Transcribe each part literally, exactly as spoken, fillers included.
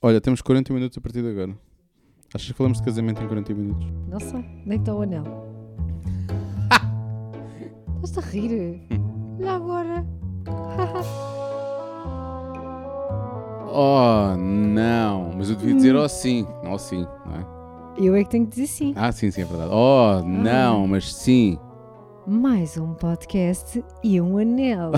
Olha, temos quarenta minutos a partir de agora. Achas que falamos de casamento em quarenta minutos? Não sei, nem está o anel. Estás a rir? Olha agora. Oh, não. Mas eu devia dizer oh sim. Não, sim, não é? Eu é que tenho que dizer sim. Ah, sim, sim, é verdade. Oh, não, mas sim. Mais um podcast e um anel.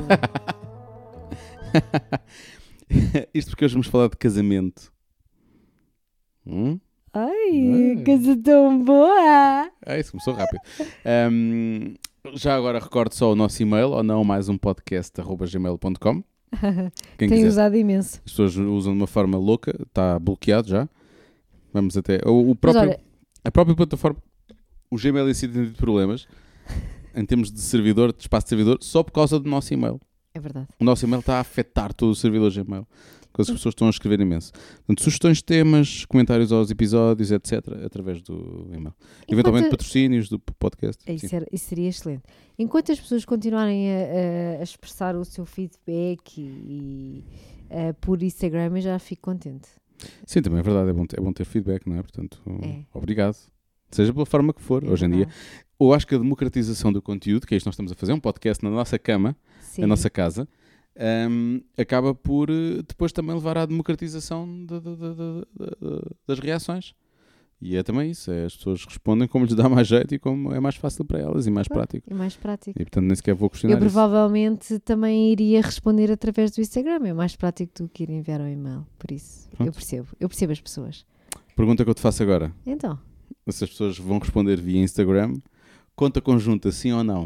Isto porque hoje vamos falar de casamento. Hum? Ai, Ai. coisa tão boa. Ah, isso começou rápido. Um, já agora recordo só o nosso e-mail, ou não, mais um podcast arroba gmail ponto com. Quem Tenho quiser. usado imenso. As pessoas usam de uma forma louca, está bloqueado já. Vamos até. O, o próprio, olha- a própria plataforma, o Gmail em si tem tido problemas em termos de servidor, de espaço de servidor, só por causa do nosso e-mail. É verdade. O nosso e-mail está a afetar todo o servidor Gmail. Porque as pessoas estão a escrever imenso. Portanto, sugestões de temas, comentários aos episódios, etcétera, através do e-mail. Eventualmente patrocínios do podcast. Isso, Sim. era- isso seria excelente. Enquanto as pessoas continuarem a, a- a expressar o seu feedback e, e, eh, por Instagram, eu já fico contente. Sim, também é verdade. É bom ter, é bom ter feedback, não é? Portanto, É. obrigado. Seja pela forma que for, É hoje em dia. verdade. Eu acho que a democratização do conteúdo, que é isto que nós estamos a fazer, um podcast na nossa cama, Sim. na nossa casa, hum, acaba por eh, depois também levar à democratização de- de- de- de- de- das reações. E é também isso, é, as pessoas respondem como lhes dá mais jeito e como é mais fácil para elas e mais Claro, prático. é mais prático. E portanto nem sequer vou Eu questionar isso. provavelmente também iria responder através do Instagram. É mais prático do que ir enviar um e-mail. Por isso, Pronto. eu percebo. Eu percebo as pessoas. Pergunta que eu te faço agora. Então, Se as pessoas vão responder via Instagram, conta conjunta, sim ou não?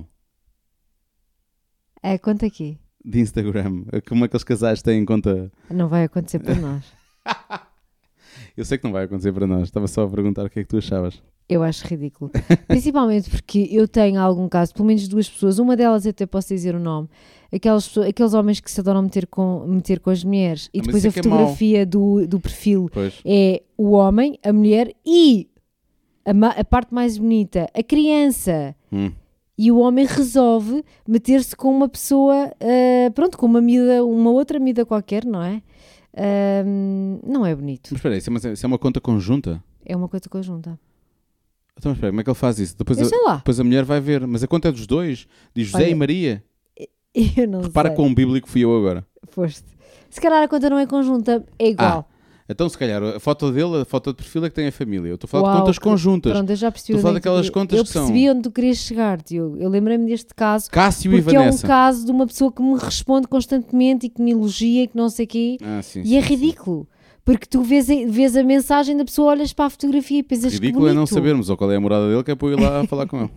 é, conta aqui. De Instagram. Como aqueles casais têm conta... Não vai acontecer para nós. Eu sei que não vai acontecer para nós. Estava só a perguntar o que é que tu achavas. Eu acho ridículo. Principalmente porque eu tenho algum caso, pelo menos duas pessoas, uma delas eu até posso dizer o nome, aquelas pessoas, aqueles homens que se adoram meter com, meter com as mulheres e Ah, mas depois isso a é que é fotografia do, do perfil Pois. é o homem, a mulher e a, ma- a parte mais bonita, a criança. Hum. E o homem resolve meter-se com uma pessoa, ah, pronto, com uma miúda, uma outra miúda qualquer, não é? Ahm, não é bonito. Mas espera aí, isso é uma, isso é uma conta conjunta? É uma coisa conjunta. Então, mas espera aí, como é que ele faz isso? Depois Eu a, sei lá. depois a mulher vai ver. Mas a conta é dos dois? Diz José Olha, e Maria? Eu não Repara sei. quão bíblico fui eu agora. Foste. Se calhar a conta não é conjunta, é igual. Então, se calhar, a foto dele, a foto de perfil é que tem a família. Eu estou a falar Uau, de contas que- conjuntas. Pronto, eu já percebi. Estou a falar onde é que daquelas tu- contas eu que são- percebi onde tu querias chegar, Diogo. Eu lembrei-me deste caso Cássio e porque é um Vanessa. caso de uma pessoa que me responde constantemente e que me elogia e que não sei o quê. Ah, sim, E sim, é sim. ridículo. Porque tu vês a, vês a mensagem da pessoa, olhas para a fotografia e pensas que Ridículo é não bonito. sabermos ou qual é a morada dele, que é para eu ir lá falar com ele.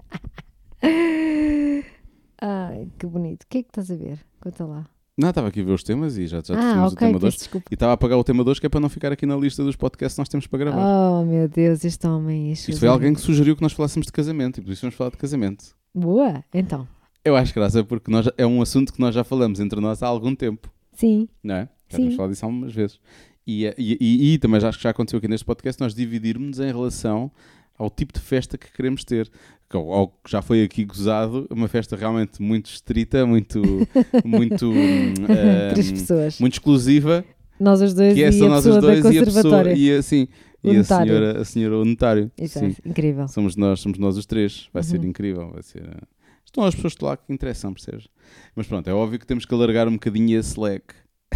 Ai, que bonito. O que é que estás a ver? Conta lá. Não, estava aqui a ver os temas e já, já definimos ah, o ok, tema peço dois. desculpa. E estava a apagar o tema dois, que é para não ficar aqui na lista dos podcasts que nós temos para gravar. Oh, meu Deus, este homem. Este Isto foi alguém que sugeriu que nós falássemos de casamento e por isso vamos falar de casamento. Boa, então. Eu acho graça porque nós, é um assunto que nós já falamos entre nós há algum tempo, Sim. não é? Já Sim. temos falado disso algumas vezes. E, e, e, e também já acho que já aconteceu aqui neste podcast nós dividirmos em relação ao tipo de festa que queremos ter. Que, ao- ao que já foi aqui gozado, uma festa realmente muito estrita, muito, muito, hum, Três hum, pessoas. muito exclusiva, Nós os dois que é e só a nós pessoa os dois da e a pessoa conservatória. e a, sim, O e a notário. senhora, a senhora o notário. Isso Sim. é incrível. Somos nós, somos nós os três. Vai ser Uhum. incrível. Vai ser... uh, Estão as pessoas de lá que interessam, percebes? Mas pronto, é óbvio que temos que alargar um bocadinho esse leque.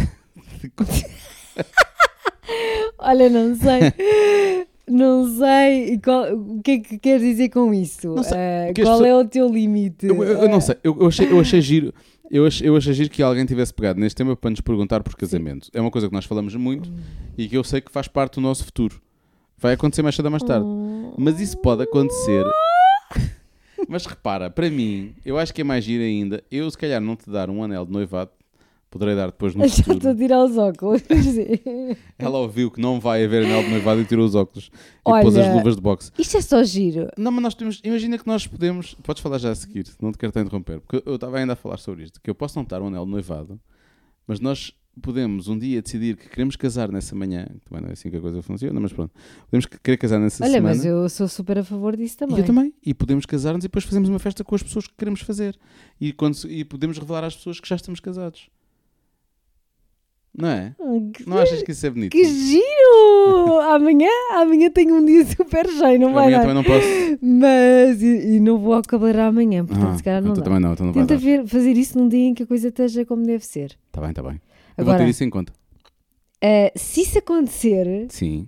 Olha, não sei. Não sei e qual- o que é que queres dizer com isso. Não sei, Eh, porque as qual pessoas- é o teu limite? Eu, eu- eu não Eh, sei, eu, eu, achei, eu achei giro. Eu achei, eu achei giro que alguém tivesse pegado neste tema para nos perguntar por casamento. É uma coisa que nós falamos muito e que eu sei que faz parte do nosso futuro. Vai acontecer mais cedo ou mais tarde. Oh. Mas isso pode acontecer. Mas repara, para mim, eu acho que é mais giro ainda. Eu, se calhar, não te dar um anel de noivado, poderei dar depois no Já estou a futuro. tirar os óculos. Ela ouviu que não vai haver anel de noivado e tirou os óculos e pôs as Olha, luvas de boxe. Isto é só giro. Não, mas nós temos. Imagina que nós podemos. Podes falar já a seguir, não te quero estar a interromper, porque eu estava ainda a falar sobre isto. Que eu posso não estar um anel de noivado, mas nós podemos um dia decidir que queremos casar nessa manhã. Também não é assim que a coisa funciona, mas pronto. Podemos que- querer casar nessa Olha, semana. mas eu sou super a favor disso E também. eu também. E podemos casar-nos e depois fazemos uma festa com as pessoas que queremos fazer. E, quando se- e podemos revelar às pessoas que já estamos casados. Não é? Que, Não achas que isso é bonito? que giro! amanhã, amanhã tenho um dia super cheio, não vai Amanhã dar. também não posso. Mas, e, e não vou ao cabeleireiro amanhã, portanto Ah, se calhar não então dá. também não, então não vai Tenta dar. ver, fazer isso num dia em que a coisa esteja como deve ser. Está bem, está bem. Eu vou Agora, ter isso em conta. uh, se isso acontecer, Sim.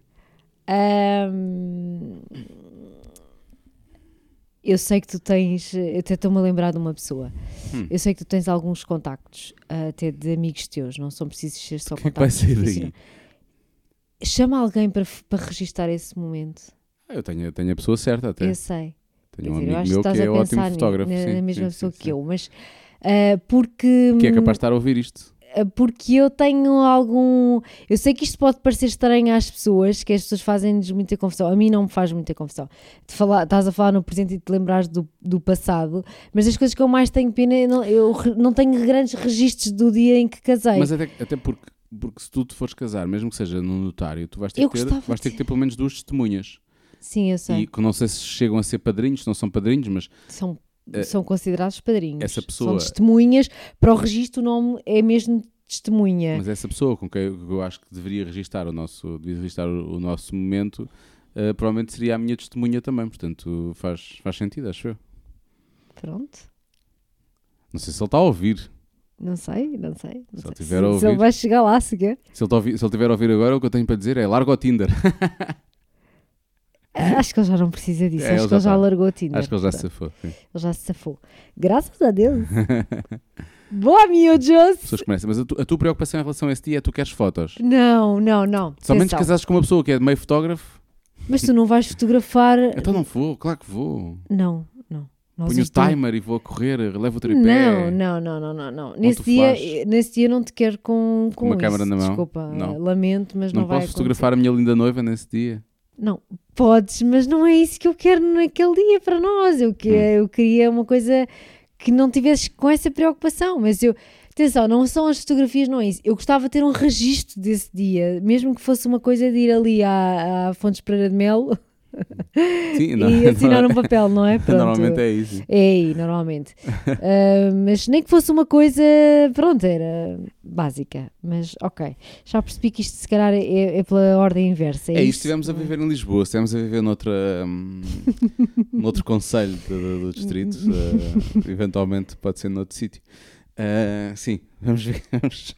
um, eu sei que tu tens, eu até estou-me a lembrar de uma pessoa, Hum. eu sei que tu tens alguns contactos, uh, até de amigos teus, não são precisos ser só O que é que vai contactos sair daí? profissionais. Chama alguém para, para registar esse momento. Ah, Eu tenho, eu tenho a pessoa certa até. Eu sei. Tenho Quer um dizer, eu amigo acho meu que estás que é a ótimo pensar fotógrafo. na, sim, na mesma sim, pessoa sim, que sim. eu, mas uh, porque, Que é capaz de estar a ouvir isto. uh, porque eu tenho algum... Eu sei que isto pode parecer estranho às pessoas, que as pessoas fazem-nos muita confusão. A mim não me faz muita confusão. De falar, estás a falar no presente e te lembrares do, do passado, mas as coisas que eu mais tenho pena, eu não, eu re- não tenho grandes registros do dia em que casei. Mas até, até porque, porque se tu te fores casar, mesmo que seja no notário, tu vais ter, Eu que ter, gostava vais ter de- que ter pelo menos duas testemunhas. Sim, eu sei. E que não sei se chegam a ser padrinhos, se não são padrinhos, mas São, eh, são considerados padrinhos. essa São pessoa- testemunhas. Para o registro o nome é mesmo testemunha. Mas essa pessoa com quem eu, eu acho que deveria registar o nosso, devia registar o, o nosso momento, eh, provavelmente seria a minha testemunha também. Portanto, faz, faz sentido, acho eu. Pronto. Não sei se ele está a ouvir. Não sei, não sei. Não Se sei. ele tiver a se, se ouvir. ele vai chegar lá, se quer. Se ele, está a ouvir, se ele tiver a ouvir agora, o que eu tenho para dizer é larga o Tinder. Acho que ele já não precisa disso. É, acho ele que ele já já tá. largou o Tinder. Acho que ele já se Pronto. safou. sim. Ele já se safou. Graças a Deus. Boa, miúdos! Pessoas começam. Mas a, tu- a tua preocupação em relação a esse dia é tu queres fotos. Não, não, não. Somente Atenção. casares com uma pessoa que é meio fotógrafo. Mas tu não vais fotografar... Então não vou, claro que vou. Não, não. Nós Ponho o os dois- timer e vou a correr, levo o tripé. Não, não, não, não, não, não. Nesse o dia, flash. nesse dia não te quero com, com uma isso. câmara na mão? Desculpa, Não. lamento, mas Não, não, vai posso fotografar a minha linda noiva nesse dia. Não, podes, mas não é isso que eu quero naquele dia para nós. Eu, que, Hum. eu queria uma coisa que não tivesses com essa preocupação. Mas eu, atenção, não são as fotografias, não é isso. Eu gostava de ter um registro desse dia, mesmo que fosse uma coisa de ir ali à, à Fontes Pereira de Melo Sim, não, e assinar não- um papel, não é? Pronto. Normalmente é isso. É aí, normalmente. Ah, mas nem que fosse uma coisa, pronto, era básica. Mas ok, já percebi que isto se calhar é, é pela ordem inversa. É, É, isto isso? estivemos a viver em Lisboa, estivemos a viver noutra, hum, noutro conselho do, do- do distrito, eh, eventualmente pode ser noutro sítio. Ah, sim, vamos ver. Vamos.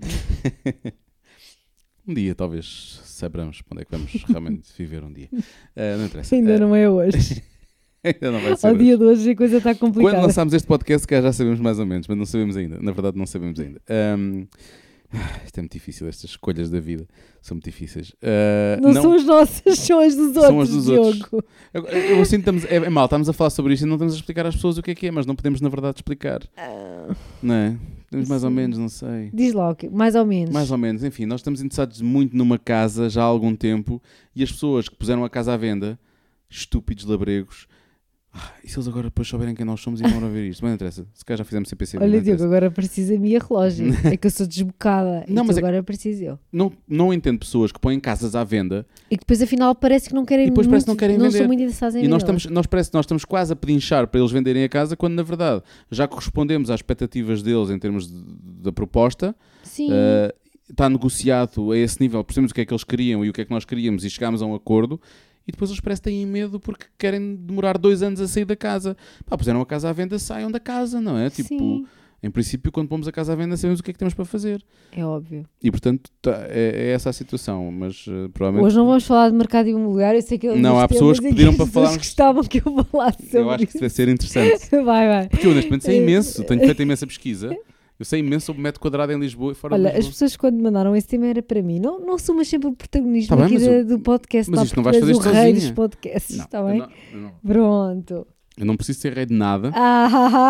Um dia talvez saberemos para onde é que vamos realmente viver um dia. Ah, não interessa. Ainda Ah, não é hoje. ainda não vai ser. Ao hoje. dia de hoje a coisa está Quando complicada. lançámos este podcast, cá já sabemos mais ou menos, mas não sabemos ainda. Na verdade, não sabemos ainda. Ahm, isto é muito difícil, estas escolhas da vida são muito difíceis. Ah, Não, são as nossas, são as dos outros, São as dos outros. Diogo. Eu, eu assim, estamos, é, é mal, estamos a falar sobre isto e não estamos a explicar às pessoas o que é que é, mas não podemos, na verdade, explicar. Ah, Não é? Temos mais ou Sim. menos, não sei. diz lá o quê? Mais ou menos. Mais ou menos, enfim, nós estamos interessados muito numa casa já há algum tempo e as pessoas que puseram a casa à venda, estúpidos labregos, ah, e se eles agora depois souberem quem nós somos e vão ver isto? Mas não interessa, se calhar já fizemos C P C B. Olha, não, Diogo, interessa. agora precisa a minha relógio. É que eu sou desbocada. Não, e mas tu é que- agora preciso eu. não, não entendo pessoas que põem casas à venda E que depois afinal parece que não querem E depois muito, parece que não querem não vender. são muito interessados em e nós, vendê-las. estamos, nós parece que nós estamos quase a pedinchar para eles venderem a casa quando na verdade já correspondemos às expectativas deles em termos de- da proposta. Sim. Uh, está negociado a esse nível, percebemos o que é que eles queriam e o que é que nós queríamos e chegámos a um acordo e depois eles parece que têm medo porque querem demorar dois anos a sair da casa. Pá, puseram a casa à venda, saiam da casa, não é? Tipo, Sim, em princípio, quando pomos a casa à venda sabemos o que é que temos para fazer. é óbvio. E portanto, tá, é, é essa a situação, mas uh, provavelmente... Hoje não vamos falar de mercado imobiliário, eu sei que é um Não, dos há pessoas temas que em pediram as para pessoas falarmos- gostavam que eu falasse sobre Eu acho que isso isso. vai ser interessante. Vai, vai. Porque eu neste momento sei É. imenso, tenho feito imensa pesquisa. Eu sei imenso sobre metro quadrado em Lisboa e fora Olha, de as Lisboa. pessoas quando mandaram esse tema era para mim. Não, não assumas sempre o protagonismo Tá bem, aqui mas da- eu- do podcast. mas tá? isto não Porque vais tu fazer és isto o rei dos sozinha. podcasts, Não, está eu bem? não, eu não- Pronto. eu não preciso ser rei de nada, Ah,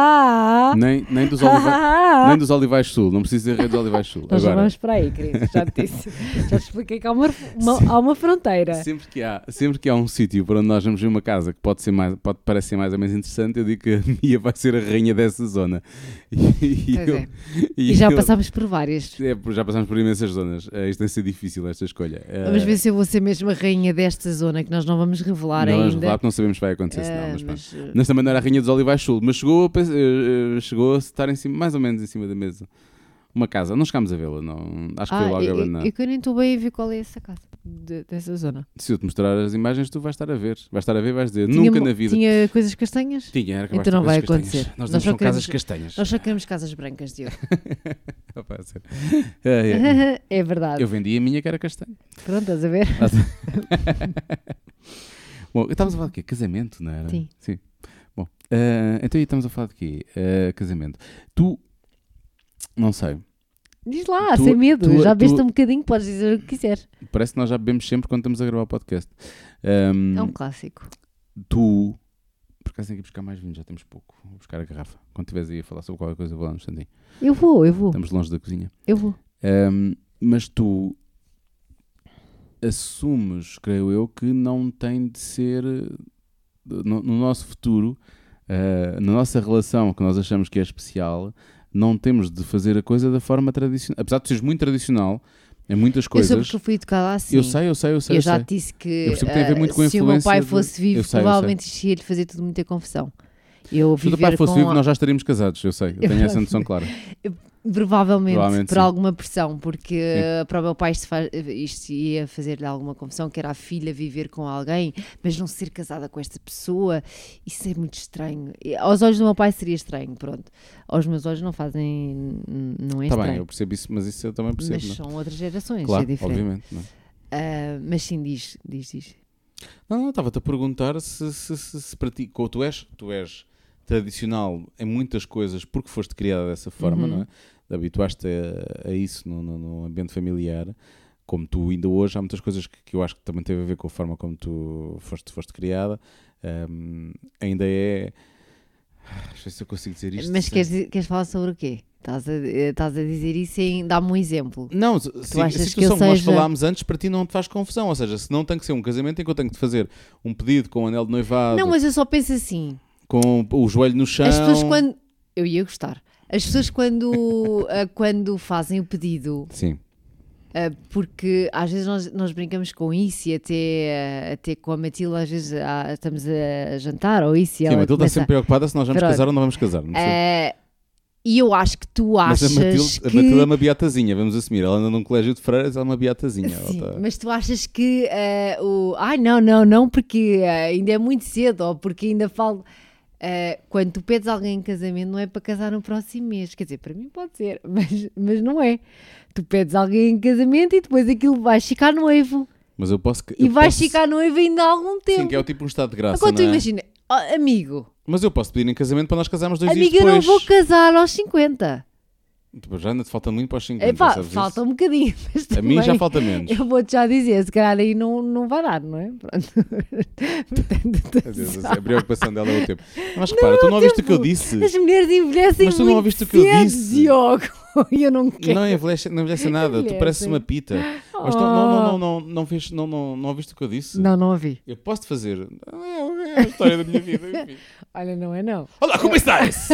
ah, ah, nem, nem, dos ah, Oliva- ah, ah. nem dos Olivais Sul. Não preciso ser rei dos Olivais Sul. Nós já Agora, vamos para aí, querido. Já te disse. Já te expliquei que há uma, uma- há uma fronteira. sempre que, há, sempre que há um sítio para onde nós vamos ver uma casa que pode, ser mais, pode parecer mais ou menos interessante, eu digo que a Mia vai ser a rainha dessa zona. E, e Pois eu- é. E já eu- passámos por várias. é, já passámos por imensas zonas. Uh, isto tem de ser difícil, esta escolha. Uh, Vamos ver se eu vou ser mesmo a rainha desta zona que nós não vamos revelar não vamos ainda. revelar porque não sabemos o que vai acontecer, Ah, senão, mas pronto. mas, uh, Nesta também não era a rainha dos Olivais Sul, mas chegou a, pe- eh, eh, chegou a estar em cima, mais ou menos em cima da mesa. uma casa. Não chegámos a vê-la, não. Acho que Ah, foi logo eu, abandonada. eu, eu que eu nem estou bem a ver qual é essa casa de- dessa zona. Se eu te mostrar as imagens, tu vais estar a ver. Vais estar a ver e vais dizer, Tinha nunca mo- na vida. Tinha coisas castanhas? Tinha, era capaz Então de não ter vai coisas castanhas. acontecer. Nós Nós não só somos casas queremos- castanhas. Nós só queremos casas brancas, Diogo. Opa, sério. É, é. É verdade. Eu vendi a minha que era castanha. Pronto, estás a ver? Bom, estávamos a falar de quê? Casamento, não era? Sim. Sim. Bom, eh, então aí estamos a falar de quê? Eh, casamento. Tu, não sei, Diz lá, Tu- sem medo. tu- Já tu- bebeste um bocadinho, podes dizer o que quiseres. parece que nós já bebemos sempre quando estamos a gravar o podcast. Ahm, É um clássico. Tu, por acaso tenho que ir buscar mais vinho, já temos pouco. Vou buscar a garrafa. Quando estiveres aí a falar sobre qualquer coisa, eu vou lá no instantinho. Eu vou, eu vou. Estamos longe da cozinha. Eu vou. Ahm, mas tu assumes, creio eu, que não tem de ser eh, no, no nosso futuro, eh, na nossa relação que nós achamos que é especial, não temos de fazer a coisa da forma tradicional. Apesar de seres muito tradicional em muitas Eu coisas. sei porque eu fui educada assim. Eu sei, eu sei, eu sei. Eu eu já sei. te disse que Eu percebo que tem a ver ah, muito com a se o meu influência pai de- fosse vivo, eu sei, eu provavelmente ia-lhe fazer tudo muita confusão. Eu Se o teu viver pai fosse com vivo, a- nós já estaríamos casados, eu sei. Eu tenho essa noção clara. Provavelmente, Provavelmente, por sim. alguma pressão, porque Sim. uh, para o meu pai isto, faz- isto ia fazer-lhe alguma confusão, que era a filha viver com alguém, mas não ser casada com esta pessoa, isso é muito estranho. E aos olhos do meu pai seria estranho, pronto. Aos meus olhos não fazem, n- não é Está estranho. bem, eu percebo isso, mas isso eu também percebo. Mas não é? são outras gerações, Claro, é diferente. obviamente. Não, é? Uh, mas sim, diz, diz, diz. não, não, estava-te a perguntar se, se, se, se para ti, co- tu és, tu és tradicional em muitas coisas porque foste criada dessa forma, Uhum. não é? Habituaste a, a isso no, no, no ambiente familiar, como tu ainda hoje, há muitas coisas que, que eu acho que também teve a ver com a forma como tu foste, foste criada. Ahm, ainda é... Não sei se eu consigo dizer isto. Mas sem- queres, di- queres falar sobre o quê? Estás a, estás a dizer isso em... Dá-me um exemplo. Não, se, se a achas que situação eu que nós seja- falámos antes para ti não te faz confusão. Ou seja, se não tem que ser um casamento em que eu tenho que te fazer um pedido com o anel de noivado, Não, mas eu só penso assim. com o joelho no chão... As pessoas quando... Eu ia gostar. As pessoas quando, ah, quando fazem o pedido, Sim. ah, porque às vezes nós, nós brincamos com isso e até, ah, até com a Matilde às vezes ah, estamos a jantar ou isso e Sim, ela mas tu estás começa... sempre preocupada se nós vamos Pronto. casar ou não vamos casar. Não sei. Ah, e eu acho que tu Mas achas a Matilde, que... a Matilde é uma beatazinha, vamos assumir. Ela anda num colégio de freiras, ela é uma beatazinha. Ela Sim, tá- mas tu achas que ah, o... Ai, não, não, não, porque ah, ainda é muito cedo ou porque ainda falo... Ah, quando tu pedes alguém em casamento não é para casar no próximo mês, quer dizer, para mim pode ser, mas, mas não é. Tu pedes alguém em casamento e depois aquilo vais ficar noivo Mas eu posso... e eu vais posso- ficar noivo ainda há algum tempo. Sim, que é o tipo um estado de graça, Agora tu não é? imagina, oh, amigo, Mas eu posso pedir em casamento para nós casarmos dois amiga, dias eu não depois. vou casar aos cinquenta. Tipo, já ainda te falta muito para os cinquenta, Epá, sabes falta isso? um bocadinho, mas A mim já também falta menos. eu vou-te já dizer, se calhar aí não, não vai dar, não é? Pronto. Portanto, Meu Deus, a preocupação dela é o tempo. Mas repara, tu não ouviste o que eu disse? as mulheres envelhecem Mas tu não muito ouviste o que eu cedo, disse? Diogo, e eu não quero. Não envelhece, não envelhece nada, tu Envelhecem. pareces uma pita. Mas tu, não, não, não, não, não, vês, não, não, não ouviste o que eu disse? Não, não ouvi. Eu posso-te fazer. É a história da minha vida. Enfim. Olha, não é não. Olá, como estás?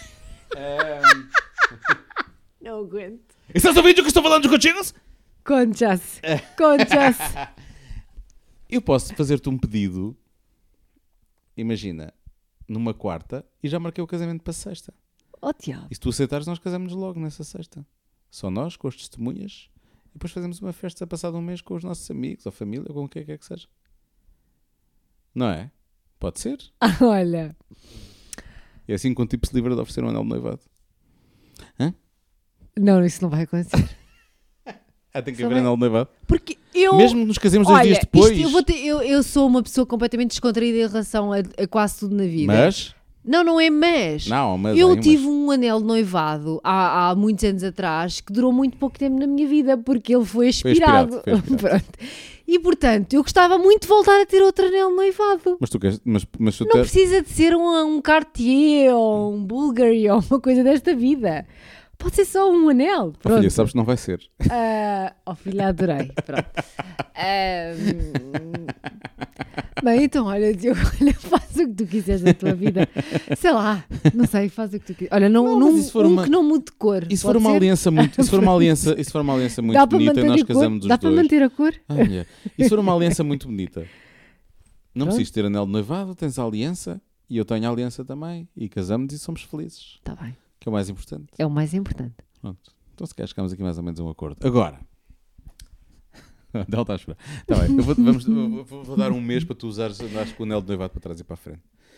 Ehm, Não aguento. Estás a ouvir o que estou falando contigo? Concha-se. Concha-se. Eu posso fazer-te um pedido, imagina, numa quarta e já marquei o casamento para sexta. Oh, Tiago. E se tu aceitares, nós casamos logo nessa sexta. Só nós, com as testemunhas, e depois fazemos uma festa passado um mês com os nossos amigos, ou família, ou com o que quer que seja. Não é? Pode ser. Olha. É assim que um tipo se livra de oferecer um anel de noivado. Não, isso não vai acontecer. Ah, tem que Só haver vai- anel de noivado. Porque eu... Mesmo que nos casemos dois Olha, dias depois. isto eu, vou ter- eu, eu sou uma pessoa completamente descontraída em relação a, a quase tudo na vida. Mas... Não, não é mas. Não, mas... Eu aí, mas- tive um anel de noivado há, há muitos anos atrás que durou muito pouco tempo na minha vida porque ele foi Foi expirado. expirado, foi expirado. Pronto. E portanto, eu gostava muito de voltar a ter outro anel de noivado. Mas tu queres... Mas, mas tu Não te- precisa de ser um, um Cartier ou um Bulgari ou uma coisa desta vida. Pode ser só um anel. Oh, Pronto. filha, sabes que não vai ser. Ah, oh, filha, adorei. Pronto. Ahm, Bem, então, olha, Diogo, olha, faz o que tu quiseres da tua vida. Sei lá, não sei, faz o que tu quiseres. Olha, não, Não, não, mas e se for um uma- que não mude de cor. E se pode for uma ser? aliança muito... E se for uma aliança, e se for uma aliança muito Dá para bonita e manter nós a cor? casamos os Dá para dois... manter a cor? Ah, mulher. E se for uma aliança muito bonita? Não Pronto. precisas ter anel de noivado, tens a aliança e eu tenho a aliança também e casamos e somos felizes, Está bem, que é o mais importante. é o mais importante. Pronto. Então se calhar chegamos aqui mais ou menos a um acordo. Agora... Ela está a chorar. Tá bem, eu vou, vamos, eu vou, vou dar um mês para tu usares acho, o anel de noivado para trás e para a frente.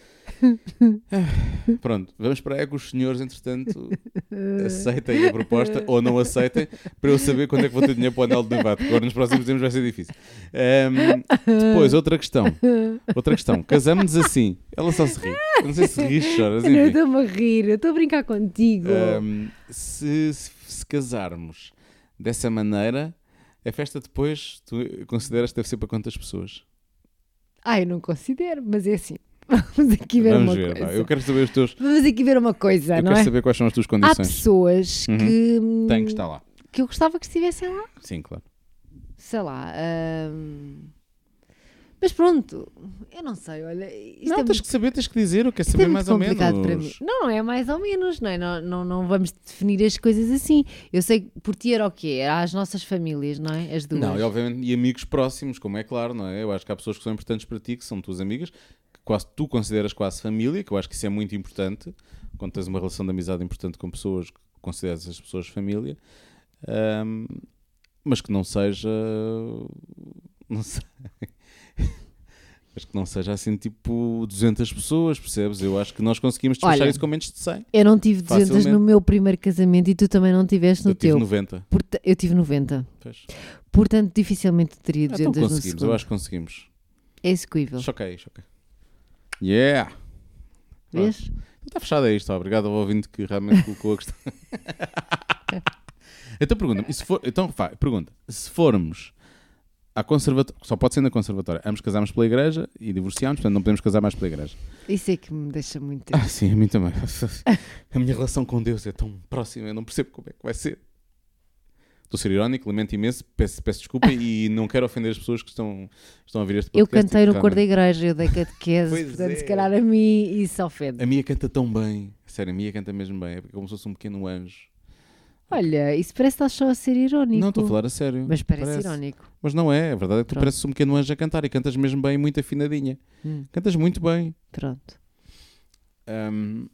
Pronto, vamos para aí que os senhores, entretanto, aceitem a proposta ou não aceitem, para eu saber quando é que vou ter dinheiro para o anel de noivado. Agora nos próximos tempos vai ser difícil. Um, depois, outra questão. Outra questão. Casamos-nos assim. Ela só se ri. Eu não sei se ri, choras. Enfim. Eu estou-me a rir. Eu estou a brincar contigo. Um, se, se, se casarmos dessa maneira, a festa depois, tu consideras que deve ser para quantas pessoas? Ah, eu não considero, mas é assim. Vamos aqui ver Vamos uma ver, coisa. Vai. Eu quero saber os teus... Vamos aqui ver uma coisa, eu não quero é? saber quais são as tuas condições. Há pessoas Uhum. que... Tem que estar lá. Que eu gostava que estivessem lá. Sim, claro. Sei lá. hum, Mas pronto, eu não sei, olha. Isto Não, é tens muito... que saber, tens que dizer, eu quero Isto saber é mais muito ou complicado menos. para mim. Não, não é mais ou menos, não é? Não, não, não vamos definir as coisas assim. Eu sei que por ti era o quê? Era as nossas famílias, não é? As duas. Não, e obviamente, e amigos próximos, como é claro, não é? Eu acho que há pessoas que são importantes para ti, que são tuas amigas, que quase, tu consideras quase família, que eu acho que isso é muito importante, quando tens uma relação de amizade importante com pessoas que consideras essas pessoas família, um, mas que não seja... Não sei... Mas que não seja assim tipo duzentas pessoas, percebes? Eu acho que nós conseguimos despachar Olha, isso com menos de cem. Eu não tive duzentas Facilmente. no meu primeiro casamento e tu também não tiveste no Eu tive teu. noventa. Porta- Eu tive noventa. Pois. Portanto, dificilmente teria Ah, então duzentas no conseguimos, segundo. eu acho que conseguimos. É execuível. Choquei, choquei. Yeah! Vês? Está fechado, é isto. Obrigado ao ouvinte que realmente colocou a questão. Então pergunta-me, e se for, então vai, pergunta, se formos à conservatória, só pode ser na conservatória, ambos casamos pela igreja e divorciámos, portanto não podemos casar mais pela igreja. Isso é que me deixa muito Ah, triste. sim, a mim também. A minha relação com Deus é tão próxima, eu não percebo como é que vai ser. Estou a ser irónico, lamento imenso, peço, peço desculpa e não quero ofender as pessoas que estão, estão a ouvir este Eu podcast. cantei e no que cor da realmente- igreja, eu dei catequese, Pois portanto, é. se calhar a mim isso ofende. A Mia canta tão bem, sério, a Mia canta mesmo bem, é como se fosse um pequeno anjo. Olha, isso parece que estás só a ser irónico. Não, estou a falar a sério. Mas parece, irónico. Mas não é, a verdade é que tu Pronto. pareces um pequeno anjo a cantar e cantas mesmo bem, muito afinadinha. Hum, Cantas muito bem. pronto. Ahm,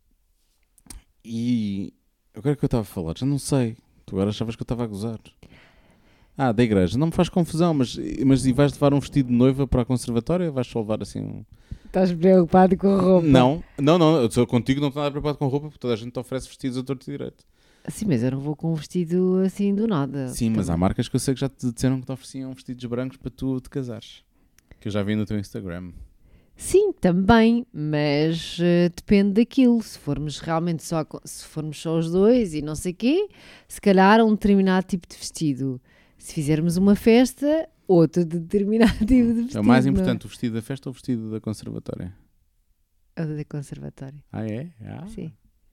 e agora que eu estava a falar, já não sei. Tu agora achavas que eu estava a gozar. Ah, da igreja. Não me faz confusão, mas, mas e vais levar um vestido de noiva para a conservatória? Vais só levar assim um... Estás preocupado com a roupa. Não, não, não. Eu sou contigo, não estou nada preocupado com roupa, porque toda a gente te oferece vestidos a torto e direito. Sim, mas eu não vou com um vestido assim do nada. Sim, mas há Também. marcas que eu sei que já te disseram que te ofereciam vestidos brancos para tu te casares. Que eu já vi no teu Instagram. Sim, também, mas eh, depende daquilo. Se formos realmente só, co- se formos só os dois e não sei quê, se calhar um determinado tipo de vestido. Se fizermos uma festa, outro de determinado tipo de vestido. É o mais não importante, o vestido da festa ou o vestido da conservatória? É o da conservatória. Ah, é? Ah. Sim.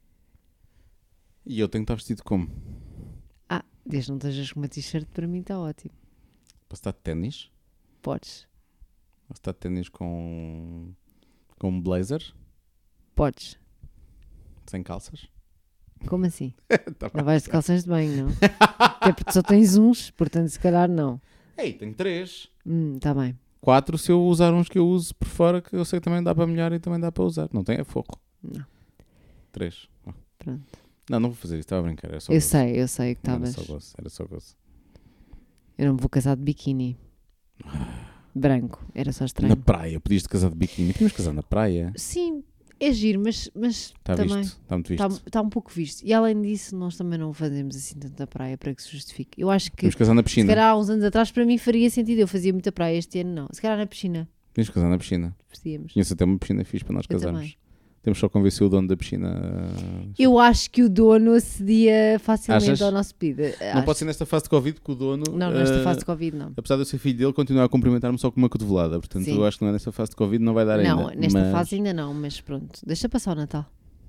E eu tenho que estar vestido como? Ah, desde não estejas com uma t-shirt, para mim está ótimo. Posso estar de ténis? Podes. Posso estar de ténis com, com um blazer? Podes. Sem calças? Como assim? Tá Não bem. vais de calções de banho, não? Até porque só tens uns, portanto, se calhar não. Ei, tenho três. Hum, tá bem. Quatro se eu usar uns que eu uso por fora, que eu sei que também dá para molhar e também dá para usar. Não tem? É fogo. Não. Três. Ah. Pronto. Não, não vou fazer isso. Estava a brincar. Era só Eu gozo. sei, eu sei que Não, Era estavas. só gozo. Era só gozo. Eu não me vou casar de biquíni. Branco. Era só estranho. Na praia. Podias-te casar de biquíni. Podíamos casar na praia. Sim, é giro, mas, mas Está também visto. Está muito visto. está, está um pouco visto. E além disso, nós também não fazemos assim tanta praia para que se justifique. Eu acho que, Podíamos casar na se piscina. calhar há uns anos atrás, para mim faria sentido. Eu fazia muita praia este ano, não. Se calhar na piscina. Podíamos casar na piscina. Fazíamos. Conheço até uma piscina fixe para nós Eu casarmos. também. Temos só que convencer o dono da piscina. a- Eu acho que o dono acedia facilmente Achas? ao nosso pedido. Não Acho. pode ser nesta fase de Covid que o dono. Não, nesta eh, fase de Covid, não. Apesar de eu ser filho dele, continua a cumprimentar-me só com uma cotovelada. Portanto, Sim. eu acho que não é nesta fase de Covid, não vai dar Não, ainda. nesta Mas- fase ainda não, mas pronto. Deixa passar o Natal.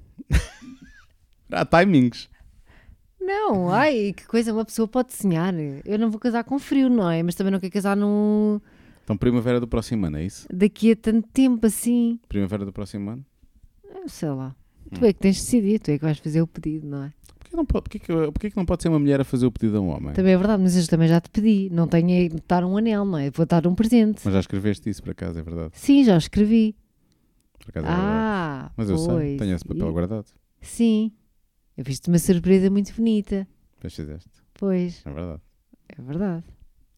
Há timings. Não, ai, que coisa uma pessoa pode sonhar. Eu não vou casar com frio, não é? Mas também não quero casar no... Então, primavera do próximo ano, é isso? daqui a tanto tempo assim. Primavera do próximo ano? Eu sei lá. Hum. Tu é que tens de decidir, tu é que vais fazer o pedido, não é? Porquê, não pode, porquê, que, porquê que não pode ser uma mulher a fazer o pedido a um homem? Também é verdade, mas eu também já te pedi. Não tenho é de dar um anel, não é? Vou dar um presente. Mas já escreveste isso, por acaso, é verdade. Sim, já escrevi. Por acaso é verdade. Ah, Mas eu sei, pois. tenho esse papel E- guardado. Sim. Eu fiz-te uma surpresa muito bonita. Depois fizeste. Pois, É verdade. é verdade.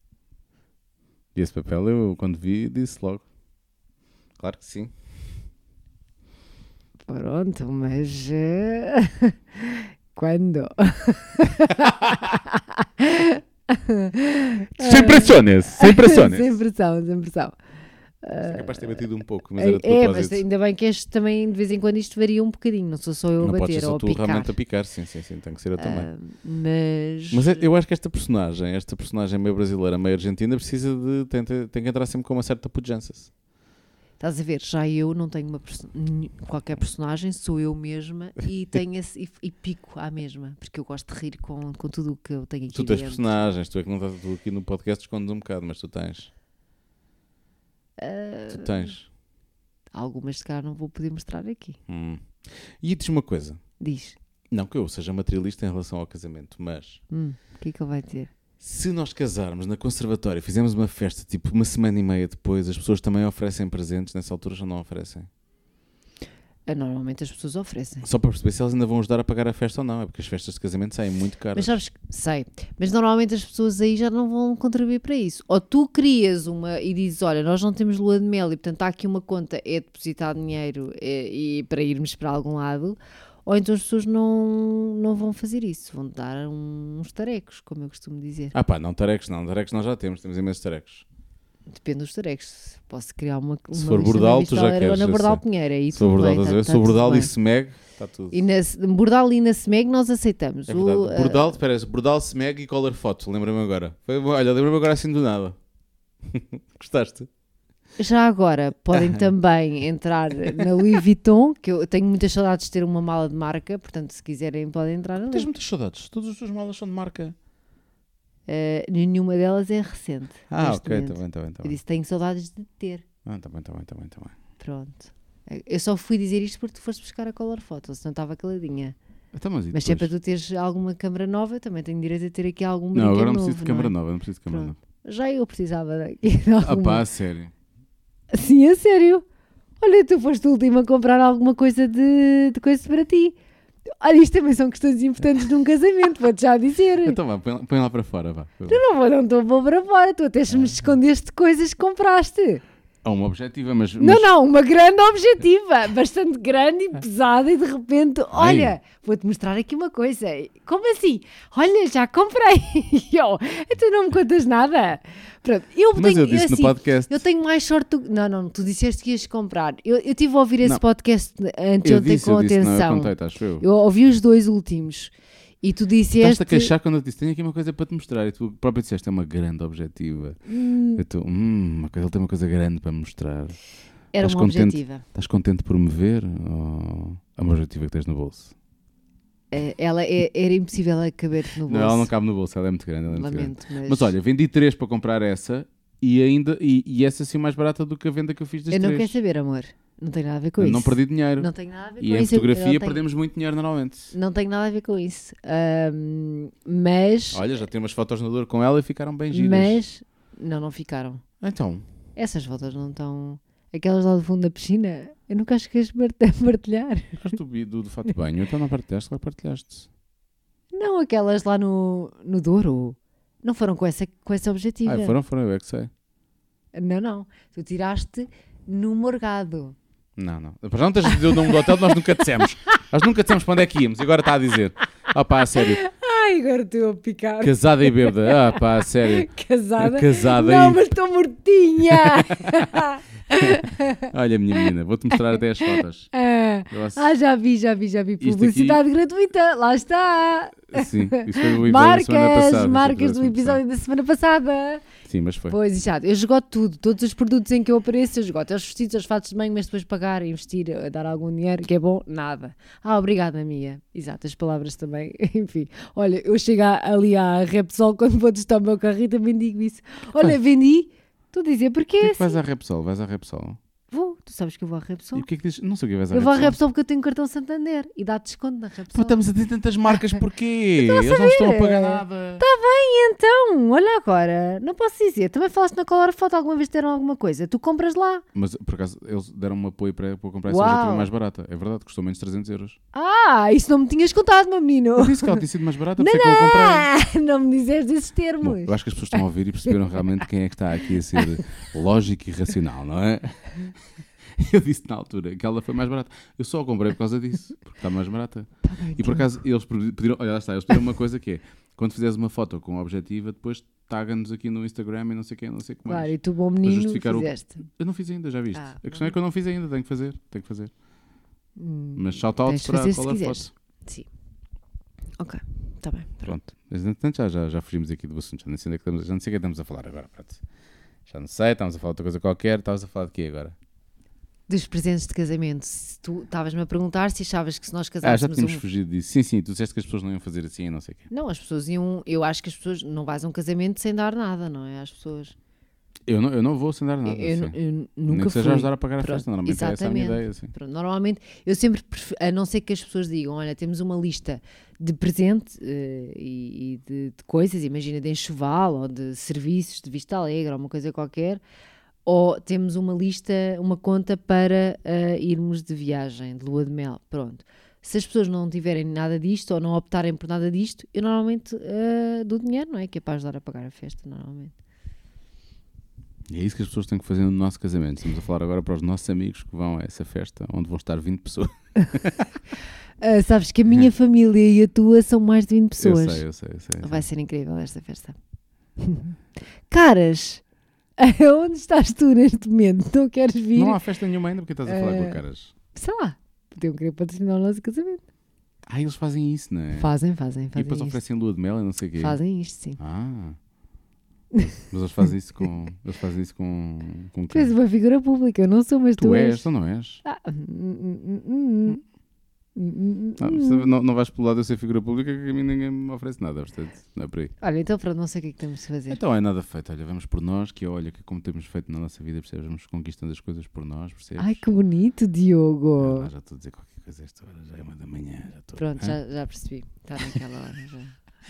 E esse papel eu, quando vi, disse logo. Claro que sim. Pronto, mas... eh, Quando? Sem pressões, sem pressões. Sem pressão, sem pressão. É capaz de ter batido um pouco, mas era de É, propósito. mas ainda bem que este também, de vez em quando, isto varia um bocadinho. Não sou só eu a Não pode bater ser só ou a tu picar. realmente a picar, sim, sim, sim, tem que ser eu também. Ah, mas... Mas é- eu acho que esta personagem, esta personagem meio brasileira, meio argentina, precisa de, tem, tem, tem que entrar sempre com uma certa pujança. Estás a ver, já eu não tenho uma perso- nenhum- qualquer personagem, sou eu mesma e, tenho esse, e, e pico à mesma, porque eu gosto de rir com, com tudo o que eu tenho aqui Tu tens dentro. personagens, tu é que não estás tu aqui no podcast, escondes um bocado, mas tu tens. Ah, Tu tens. algumas, se calhar, não vou poder mostrar aqui. Hum. E diz uma coisa, Diz. não que eu seja materialista em relação ao casamento, mas Hum, o que é que ele vai dizer? se nós casarmos na conservatória, fizemos uma festa tipo uma semana e meia depois, as pessoas também oferecem presentes, nessa altura já não oferecem. Ah, normalmente as pessoas oferecem. Só para perceber se elas ainda vão ajudar a pagar a festa ou não, é porque as festas de casamento saem muito caras. Mas sabes, que- sei, mas normalmente as pessoas aí já não vão contribuir para isso. Ou tu crias uma e dizes, olha, nós não temos lua de mel e portanto há aqui uma conta, é depositar dinheiro e, e para irmos para algum lado, ou então as pessoas não, não vão fazer isso, vão dar um- uns tarecos, como eu costumo dizer. Ah pá, não tarecos não, tarecos nós já temos, temos imensos tarecos. Depende dos tarecos. Posso criar uma, uma Se for lista Bordal, na tu já Vistaleira ou queres, na eu Bordal sei. Pinheiro, aí Se for tudo Bordal, bem, estás a ver? tá- Se tá for tudo Bordal bem. e Semeg, está tudo. E na Bordal e na Semeg nós aceitamos. É O, verdade. ah, Bordal, espera, Bordal, Semeg e Color Photo, lembra-me agora. Foi, olha, lembra-me agora assim do nada. Gostaste? Já agora podem também entrar na Louis Vuitton, que eu tenho muitas saudades de ter uma mala de marca, portanto, se quiserem, podem entrar ali. Tens muitas saudades, todas as tuas malas são de marca. Uh, nenhuma delas é recente. Ah, neste ok, momento. está bem, está bem, está Eu bem. disse: tenho saudades de ter. Ah, está bem, está bem, está bem, está bem. Pronto. Eu só fui dizer isto porque tu foste buscar a color photo, senão estava caladinha. Então, mas e Mas se é para depois? tu teres alguma câmara nova, também tenho direito a ter aqui algum Não, brinquedo agora não novo, preciso de câmara é? nova, não preciso de câmara Pronto. nova. Já eu precisava daqui de Ah alguma. pá, a sério. Sim, a sério. Olha, tu foste o último a comprar alguma coisa de, de coisa para ti. Olha, isto também são questões importantes de um casamento, vou-te já dizer. Então vá, põe, põe lá para fora, vá. Eu não vou, não estou a pôr para fora, tu até me escondeste coisas que compraste. Há uma objetiva, mas... Não, mas- não, uma grande objetiva, bastante grande e pesada, e de repente, olha, vou-te mostrar aqui uma coisa. Como assim? Olha, já comprei. E eu, tu não me contas nada. Pronto, eu Mas tenho, eu disse no assim, podcast... eu tenho mais sorte do... Não, não, tu disseste que ias comprar. Eu, eu estive a ouvir esse Não. podcast antes Eu ontem disse, com eu disse, não, eu atenção. contei, acho eu. Eu ouvi os dois últimos. E tu disseste... Estás-te a queixar quando eu te disse, tenho aqui uma coisa para te mostrar. E tu próprio disseste, é uma grande objetiva. Hum, Eu estou, hum, uma coisa- ele tem uma coisa grande para me mostrar. era Estás uma contente? objetiva. Estás contente por me ver? Ou é uma objetiva que tens no bolso? Eh, Ela é- era impossível a caber-te no bolso. Não, ela não cabe no bolso, ela é muito grande. Ela é muito grande. Lamento, mas... Mas olha, vendi três para comprar essa e ainda e, e essa assim mais barata do que a venda que eu fiz das eu não três. quero saber, amor. Não tem nada a ver com Eu isso. não perdi dinheiro. Não tem nada a ver E com em isso. Eu- eu fotografia não tenho- perdemos muito dinheiro normalmente. Não tem nada a ver com isso. Ahm, mas... Olha, já tenho umas fotos na dor com ela e ficaram bem giras. Mas... Não, não ficaram. Então, Essas fotos não estão... Aquelas lá do fundo da piscina, eu nunca acho que as partilhar. mas tu vi do, do fato de banho, então não partilhaste, lá partilhaste. Não, aquelas lá no, no Douro. Não foram com essa, com essa objetiva. Ah, foram, foram, eu é que sei. Não, não. Tu tiraste no Morgado. Não, não. Para já não tens de dizer o nome do hotel, nós nunca dissemos. Nós nunca dissemos para onde é que íamos e agora está a dizer. Ah pá, a sério. Ai, agora estou a picar. Casada e bêbada. Ah pá, a sério. Casada? Casada Não, e... mas estou mortinha. Olha, minha menina, vou-te mostrar até as fotos. Ah, Eu acho- ah, já vi, já vi, já vi. Isto Publicidade gratuita, lá está. Sim, isso foi o episódio da semana Marcas, passada. marcas do Isso foi da semana episódio da semana passada. passada. Sim, mas foi. Pois, exato. Eu esgoto tudo. Todos os produtos em que eu apareço, eu esgoto. Os vestidos, os fatos de banho, mas depois pagar, investir, eh, dar algum dinheiro, que é bom, nada. Ah, obrigada, Mia. Exato, as palavras também. Enfim, olha, eu chego a- ali à Repsol quando vou testar o meu carro e também digo isso. Olha, vendi. Estou a dizer, porque Porquê é que assim. vais à Repsol? Vais à Repsol? Vou, Tu sabes que eu vou à Repsol. E o que é que dizes? Não sei o que vais à Eu vou à Repsol. Repsol porque eu tenho cartão Santander e dá desconto na Pô, Repsol. estamos a ter tantas marcas, porquê? Eles não estão a pagar nada. E então, olha agora, não posso dizer. Também falaste na Color Foto, alguma vez deram alguma coisa? Tu compras lá. Mas, por acaso, eles deram-me apoio para, para comprar essa Uau. objetiva mais barata. É verdade, custou menos de trezentos euros. Ah, isso não me tinhas contado, meu menino. Eu disse que ela tinha sido mais barata, Não, por isso é que eu a comprei. não, não me dizes desses termos. Bom, eu acho que as pessoas estão a ouvir e perceberam realmente quem é que está aqui a ser lógico e racional, não é? Eu disse na altura que ela foi mais barata. Eu só a comprei por causa disso, porque está mais barata. Tá bem, E por acaso eles pediram, olha lá está, eles pediram uma coisa que é, quando fizeres uma foto com objetiva, depois taga-nos aqui no Instagram e não sei quem, não sei como Claro, mais. e tu, bom menino, justificar o- fizeste. Eu não fiz ainda, já viste? Ah, a questão é que eu não fiz ainda, tenho que fazer, tenho que fazer. Hum, Mas shout out tens de para fazer a se Color quiseres. Foto. Sim. Ok, está bem. Pronto, mas entretanto já, já, já fugimos aqui do assunto, já não sei onde é que estamos, já não sei o que estamos a falar agora. Pronto. Já não sei, estamos a falar de outra coisa qualquer, estavas a falar de quê agora? Dos presentes de casamento. Se tu estavas-me a perguntar se achavas que se nós Ah, já casássemos tínhamos um... fugido disso. Sim, sim, tu disseste que as pessoas não iam fazer assim e não sei o quê. Não, as pessoas iam... Eu acho que as pessoas... Não vais a um casamento sem dar nada, não é? Às pessoas... Eu não, eu não vou sem dar nada. eu, assim. eu Nem nunca que seja fui. ajudar a pagar a Pronto, festa, normalmente é essa a minha exatamente. ideia. Assim. Pronto, normalmente, eu sempre prefiro, a não ser que as pessoas digam, olha, temos uma lista de presente eh, e, e de, de coisas, imagina de enxoval ou de serviços de Vista Alegre ou uma coisa qualquer, ou temos uma lista, uma conta para eh, irmos de viagem, de lua de mel, pronto. Se as pessoas não tiverem nada disto ou não optarem por nada disto, eu normalmente eh, dou dinheiro, não é? Que é para ajudar a pagar a festa, normalmente. E é isso que as pessoas têm que fazer no nosso casamento. Estamos a falar agora para os nossos amigos que vão a essa festa, onde vão estar vinte pessoas. Ah, sabes que a minha família e a tua são mais de vinte pessoas. Eu sei, eu sei, eu sei. eu Vai sei. ser incrível esta festa. Caras, onde estás tu neste momento? Não queres vir? Não há festa nenhuma ainda porque estás a falar Eh, com caras. Sei lá, podiam querer patrocinar o nosso casamento. Ah, eles fazem isso, não é? Fazem, fazem, E fazem depois isto. oferecem lua de mel e não sei o quê. Fazem isto, sim. Ah. Mas eles fazem isso com. Eles fazem isso com. com Tu és quem? uma figura pública, eu não sou, mas tu, Tu és. és, tu não és. Ah, hum, hum, hum, hum, hum, hum, Ah, hum. se não, não vais pelo lado de eu ser figura pública que a mim ninguém me oferece nada, portanto, não é por aí. Olha, então pronto, não sei o que é que temos de fazer. Então é nada feito, olha, vamos por nós, que olha, que como temos feito na nossa vida, percebes? Vamos conquistando as coisas por nós, percebes? Ai, que bonito, Diogo. Ah, já estou a dizer qualquer coisa a esta hora, já é uma da manhã, já estou. Pronto, Hã? já, já percebi. Está naquela hora já.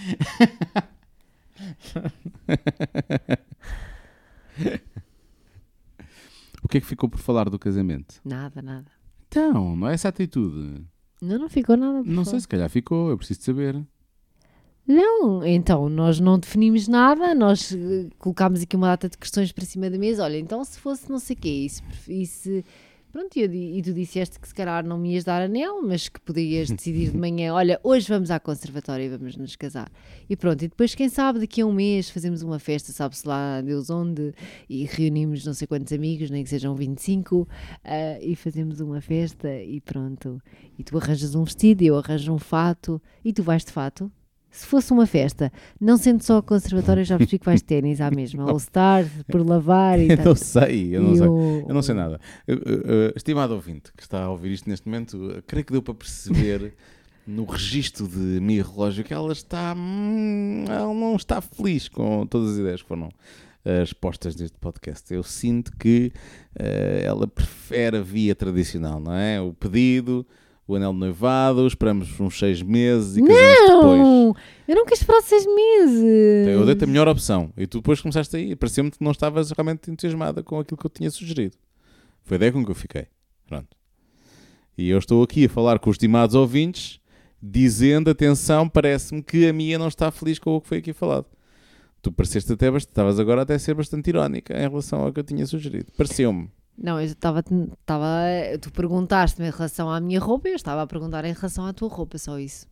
O que é que ficou por falar do casamento? Nada, nada. Então, não é essa atitude? Não, não ficou nada por Não falar. sei, se calhar ficou, eu preciso de saber. Não, então, nós não definimos nada, nós eh, colocámos aqui uma data de questões para cima da mesa, olha, então se fosse não sei o quê, e se, e se- pronto, e, eu di- e tu disseste que se calhar não me ias dar anel, mas que podias decidir de manhã, olha, hoje vamos à conservatória e vamos nos casar. E pronto, e depois quem sabe daqui a um mês fazemos uma festa, sabe-se lá Deus onde, e reunimos não sei quantos amigos, nem que sejam vinte e cinco, ah, e fazemos uma festa e pronto. E tu arranjas um vestido, eu arranjo um fato, e tu vais de fato? Se fosse uma festa, não sendo só a conservatória, já percebi que vais de ténis à mesma. All Star, por lavar e Eu tal. não sei, eu não E sei. o- Eu não sei nada. Eu, eu, eu, estimado ouvinte que está a ouvir isto neste momento, eu creio que deu para perceber no registro de minha relógio que ela está. hum, ela não está feliz com todas as ideias que foram eh, expostas neste podcast. Eu sinto que eh, ela prefere a via tradicional, não é? O pedido, o anel de noivado, esperamos uns seis meses e casamos depois. Não! Eu não quis esperar seis meses. Então, eu dei-te a melhor opção e tu depois começaste aí. Pareceu-me que não estavas realmente entusiasmada com aquilo que eu tinha sugerido. Foi a ideia com que eu fiquei. Pronto. E eu estou aqui a falar com os estimados ouvintes, dizendo, atenção, parece-me que a minha não está feliz com o que foi aqui falado. Tu pareceste até bastante, estavas agora até a ser bastante irónica em relação ao que eu tinha sugerido. Pareceu-me. Não, eu estava, estava. Tu perguntaste-me em relação à minha roupa, eu estava a perguntar em relação à tua roupa, só isso.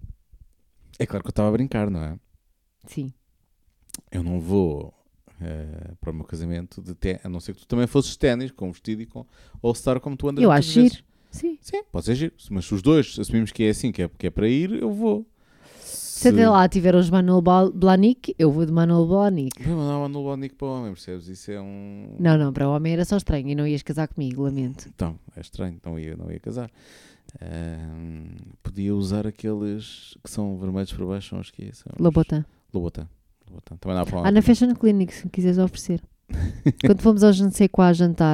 É claro que eu estava a brincar, não é? Sim. Eu não vou eh, para o meu casamento de té, a não ser que tu também fosses ténis, com vestido e com All-Star como tu andas Eu muitas acho vezes. giro. Sim. Sim, pode ser giro. Mas se os dois assumimos que é assim, que é, que é para ir, eu vou. Se até lá tiver os Manuel Bal- Blahnik, eu vou de Manuel Blahnik. Vou mandar um anul Nick para o homem, percebes? Isso é um... Não, não, para o homem era só estranho e não ias casar comigo, lamento. Então, é estranho, não ia, não ia casar. Ahm, podia usar aqueles que são vermelhos por baixo, são os que são os- Lobotan. Lobotan. Lobotan. Também dá para Ah, na Fashion Clinic, se me quiseres oferecer. Quando fomos ao não sei qual jantar,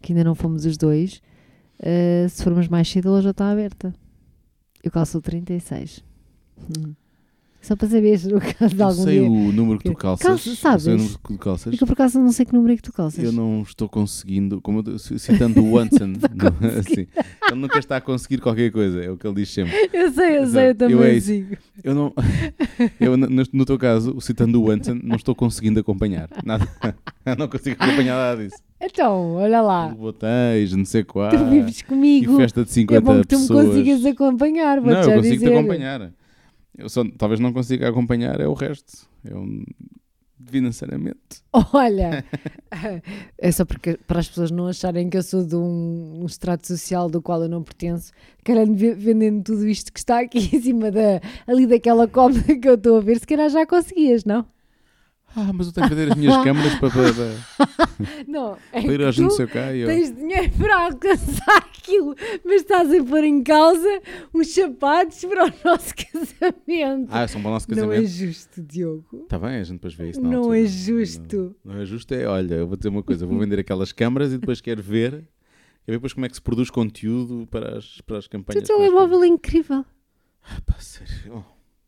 que ainda não fomos os dois. Uh, se formos mais cedo, ela já está aberta. Eu calço o trinta e seis. Hum. Só para saberes no caso de algum Eu sei dia. o número que tu calças. Calça, sabes? Eu sei o número que tu calças. É que eu por acaso não sei que número é que tu calças. Eu não estou conseguindo, como eu, citando o Watson, assim, ele nunca está a conseguir qualquer coisa, é o que ele diz sempre. Eu sei, eu sei, eu também eu é sigo. Eu não, eu, no, no teu caso, citando o Watson, não estou conseguindo acompanhar. Nada. Eu não consigo acompanhar nada disso. Então, olha lá. Botões, não sei qual. Tu vives comigo. E festa de cinquenta é bom que tu pessoas. me consigas acompanhar, vou Não, já eu consigo dizer. te acompanhar. Eu só, talvez não consiga acompanhar é o resto. É um, financeiramente. Olha, é só porque para as pessoas não acharem que eu sou de um, um estrato social do qual eu não pertenço, querendo vendendo tudo isto que está aqui em cima da, ali daquela cómoda que eu estou a ver, se calhar já conseguias, não? Ah, mas eu tenho que vender as minhas câmaras para, para, para, não, é para ir hoje no seu cá. Eu... tens dinheiro para alcançar aquilo, mas estás a pôr em causa os sapatos para o nosso casamento. Ah, são para o nosso casamento. Não é justo, Diogo. Está bem, a gente depois vê isso na Não altura. é justo. Não, não é justo, é, olha, eu vou dizer uma coisa, vou vender aquelas câmaras e depois quero ver, quero ver depois como é que se produz conteúdo para as, para as O campanhas. teu telemóvel é incrível. Ah, pá, sério.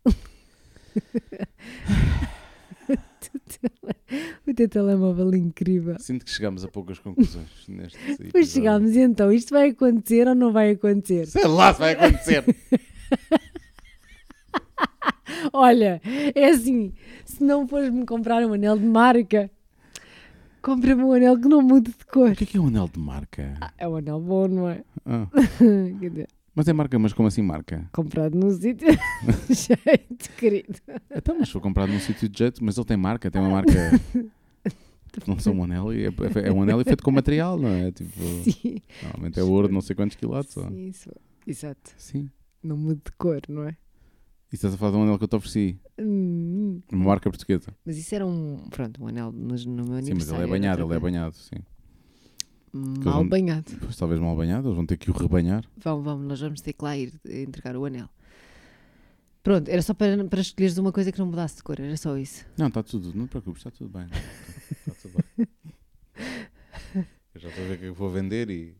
O teu telemóvel é incrível. Sinto que chegamos a poucas conclusões neste episódio. Pois chegámos, e então, isto vai acontecer ou não vai acontecer? Sei lá se vai acontecer. Olha, é assim, se não fores-me comprar um anel de marca, compra-me um anel que não mude de cor. O que é que é um anel de marca? Ah, é um anel bom, não é? Ah, Quer dizer, mas é marca, mas como assim marca? comprado num sítio jeito, querido. Então, mas foi comprado num sítio de jeito, mas ele tem marca, tem uma marca... Não são um anel, e é, é um anel feito com material, não é? Tipo, Sim. normalmente é ouro de não sei quantos quilates. Ou... Sim, isso. Exato. Sim. Não mude de cor, não é? E estás a falar de um anel que eu te ofereci, Hum, uma marca portuguesa. mas isso era um, pronto, um anel no, no meu aniversário. Sim, mas ele é banhado, ele é banhado, sim. Mal vão- banhado. Pois, talvez mal banhado, eles vão ter que o rebanhar. Vamos, vamos, nós vamos ter que lá ir entregar o anel. Pronto, era só para, para escolheres uma coisa que não mudasse de cor, era só isso. Não, está tudo, não te preocupes, está tudo bem. Está, está tudo bem. Eu já estou a ver o que eu vou vender e...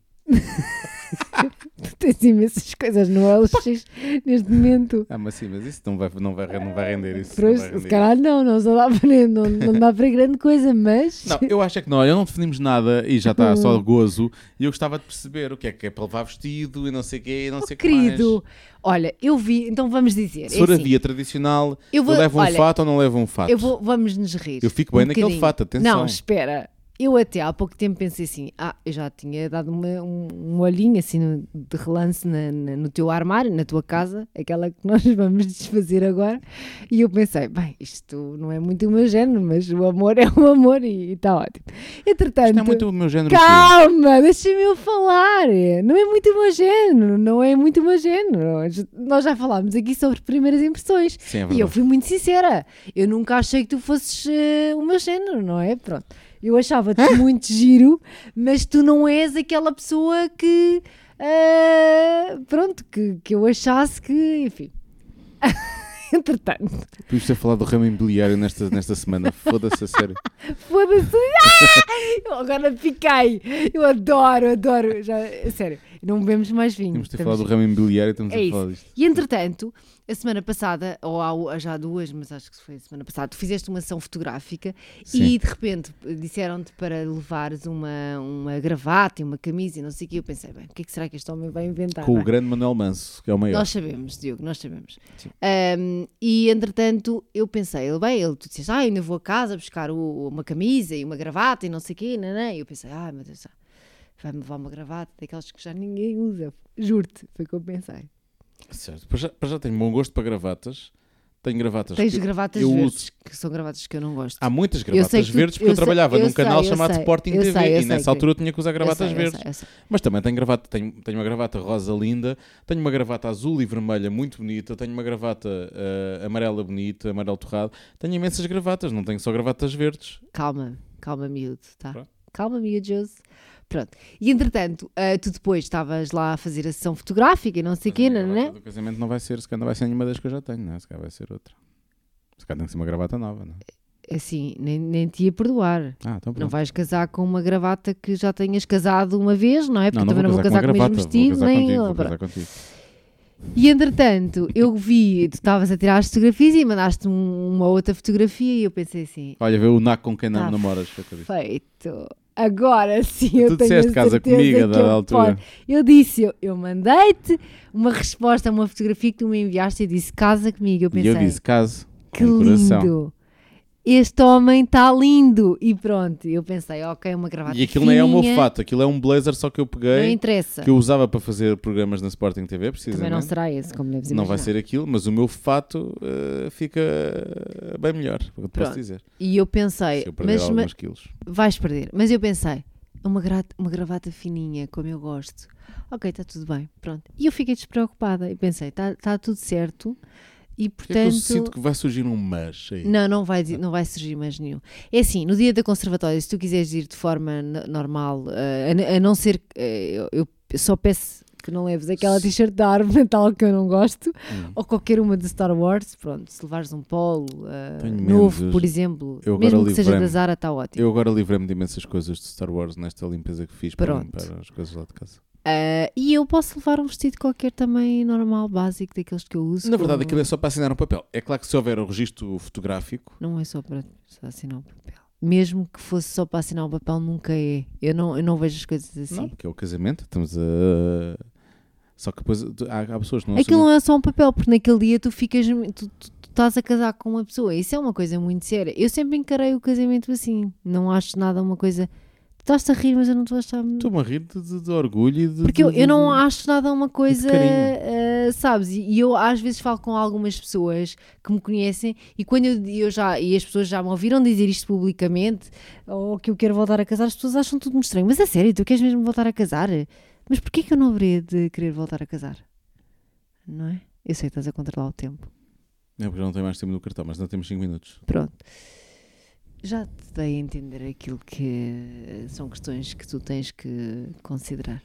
Tu tens imensas coisas no L X neste momento. Ah, mas sim, mas isso não vai, não vai, não vai render isso. Pois, não vai render se calhar não, não, só dá para, não, não dá para grande coisa, mas... Não, eu acho é que não, eu não definimos nada e já está só gozo. E eu gostava de perceber o que é que é para levar vestido e não sei o quê, e não sei o que mais. Querido, olha, eu vi, então vamos dizer... Se é for a assim, via tradicional, eu vou- eu levo um olha, fato ou não levo um fato? Eu vou, vamos nos rir. Eu fico bem um naquele bocadinho. fato, atenção. Não, espera. Eu até há pouco tempo pensei assim, ah, eu já tinha dado uma- um, um olhinho assim no- de relance na- na- no teu armário, na tua casa, aquela que nós vamos desfazer agora, e eu pensei, bem, isto não é muito o meu género, mas o amor é o amor e está ótimo. Entretanto, Isto não é muito o meu género. calma, deixa-me eu falar, não é muito o meu género, não é muito o meu género. Nós já falámos aqui sobre primeiras impressões. Sim, é E eu verdade. fui muito sincera. Eu nunca achei que tu fosses eh, o meu género, não é? Pronto. Eu achava-te muito giro, mas tu não és aquela pessoa que. eh, pronto, que, que eu achasse que. Enfim. Entretanto, Podíamos ter falado do ramo imobiliário nesta, nesta semana. Foda-se, a sério. foda-se. Ah! Eu agora fiquei. Eu adoro, adoro. Já, sério, não bebemos mais vinho. Tínhamos de ter Estamos- falado do ramo imobiliário e estamos É a isso. falar disto. E entretanto, a semana passada, ou há já duas, mas acho que foi a semana passada, tu fizeste uma sessão fotográfica Sim. e de repente disseram-te para levares uma, uma gravata e uma camisa e não sei o que. Eu pensei, bem, o que é que será que este homem vai inventar? Com não o é? grande Manuel Manso, que é o maior. Nós sabemos, Diogo, nós sabemos. Sim. Um, e entretanto, eu pensei, ele bem, ele, tu disseste, ah, ainda vou a casa buscar o- uma camisa e uma gravata e não sei o quê, não, não. E eu pensei, ah, meu Deus, vai-me levar uma gravata daquelas que já ninguém usa. Juro-te, foi o que eu pensei. Certo. Para já, para já tenho bom gosto para gravatas. Tenho gravatas Tens que gravatas eu verdes, uso. que são gravatas que eu não gosto. Há muitas Eu gravatas sei que tu- verdes porque eu, eu sei- trabalhava eu num sei, canal eu chamado sei, Sporting eu T V sei, eu e sei nessa que- altura eu tinha que usar Eu gravatas sei, eu verdes. sei, eu sei. Mas também tenho gravata, tenho, tenho uma gravata rosa linda, tenho uma gravata azul e vermelha muito bonita, tenho uma gravata eh, amarela bonita, amarelo torrado, tenho imensas gravatas, não tenho só gravatas verdes. Calma, calma, miúdo, tá? Pronto. Calma, miúdo. Pronto. E entretanto, ah, tu depois estavas lá a fazer a sessão fotográfica e não sei o quê, Mas a não minha é? gravata do casamento não vai ser, se calhar não vai ser nenhuma das que eu já tenho, não é? Se calhar vai ser outra. Se calhar tem que ser uma gravata nova, não é? assim, nem, nem te ia perdoar. Ah, então Não pronto. vais casar com uma gravata que já tenhas casado uma vez, não é? Porque Não, não também não vou casar com, com o a mesmo gravata, vestido, vou casar nem... contigo, vou Pronto. casar contigo. E entretanto, eu vi, tu estavas a tirar as fotografias e mandaste um- uma outra fotografia e eu pensei assim, Olha, vê o Naco com quem não Tá namoras. Foi o que eu disse. feito, agora sim eu Tu tenho disseste a casa certeza comigo a que dada eu altura. posso. Eu disse, eu, eu mandei-te uma resposta a uma fotografia que tu me enviaste e disse, casa comigo. Eu E pensei, eu disse, caso, que com coração. lindo, este homem está lindo. E pronto, eu pensei, ok, uma gravata E aquilo não é o meu fininha, fato, aquilo é um blazer só que eu não peguei, interessa. que eu usava para fazer programas na Sporting T V, Também precisamente. não será esse, como deves imaginar. Não vai ser aquilo, mas o meu fato eh, fica bem melhor, é o que eu te posso Pronto. dizer. E eu pensei, Se eu perder mas, alguns mas quilos. vais perder. Mas eu pensei, uma, gra- uma gravata fininha, como eu gosto. Ok, está tudo bem, pronto. E eu fiquei despreocupada e pensei, está tá tudo certo. E Porquê é que eu portanto... sinto que vai surgir um mas aí? Não, não vai, não vai surgir mais nenhum. É assim, no dia da conservatória, se tu quiseres ir de forma n- normal, eh, a, n- a não ser... eh, eu, eu só peço que não leves aquela t-shirt da árvore mental que eu não gosto, Hum. ou qualquer uma de Star Wars, pronto, se levares um polo eh, Tenho novo, menos. por exemplo, Eu agora mesmo que seja da livrei-me. Zara, está ótimo. Eu agora livrei-me de imensas coisas de Star Wars nesta limpeza que fiz para Pronto. limpar as coisas lá de casa. Eh, e eu posso levar um vestido qualquer também normal, básico, daqueles que eu uso. Na verdade, como- aquilo é só para assinar um papel. É claro que se houver o registro fotográfico, Não é só para só assinar um papel. Mesmo que fosse só para assinar um papel, nunca é. Eu não, eu não vejo as coisas assim. não, porque é o casamento, estamos a... Só que depois tu- há, há pessoas que não Aquilo assumem- não é só um papel, porque naquele dia tu ficas, tu, tu- tu estás a casar com uma pessoa. Isso é uma coisa muito séria. Eu sempre encarei o casamento assim. Não acho nada uma coisa. Tu estás-te a rir, mas eu não estou a achar. Estou-me a rir de, de- de orgulho e de... Porque eu, de- eu não de- acho nada uma coisa, carinho. eh, sabes? E, e eu às vezes falo com algumas pessoas que me conhecem e quando eu, eu já, e as pessoas já me ouviram dizer isto publicamente, ou que eu quero voltar a casar, as pessoas acham tudo muito estranho. Mas a sério, tu queres mesmo voltar a casar? Mas porquê que eu não haveria de querer voltar a casar? Não é? Eu sei que estás a controlar o tempo. É porque eu não tenho mais tempo no cartão, mas não temos cinco minutos. Pronto. Já te dei a entender aquilo que são questões que tu tens que considerar.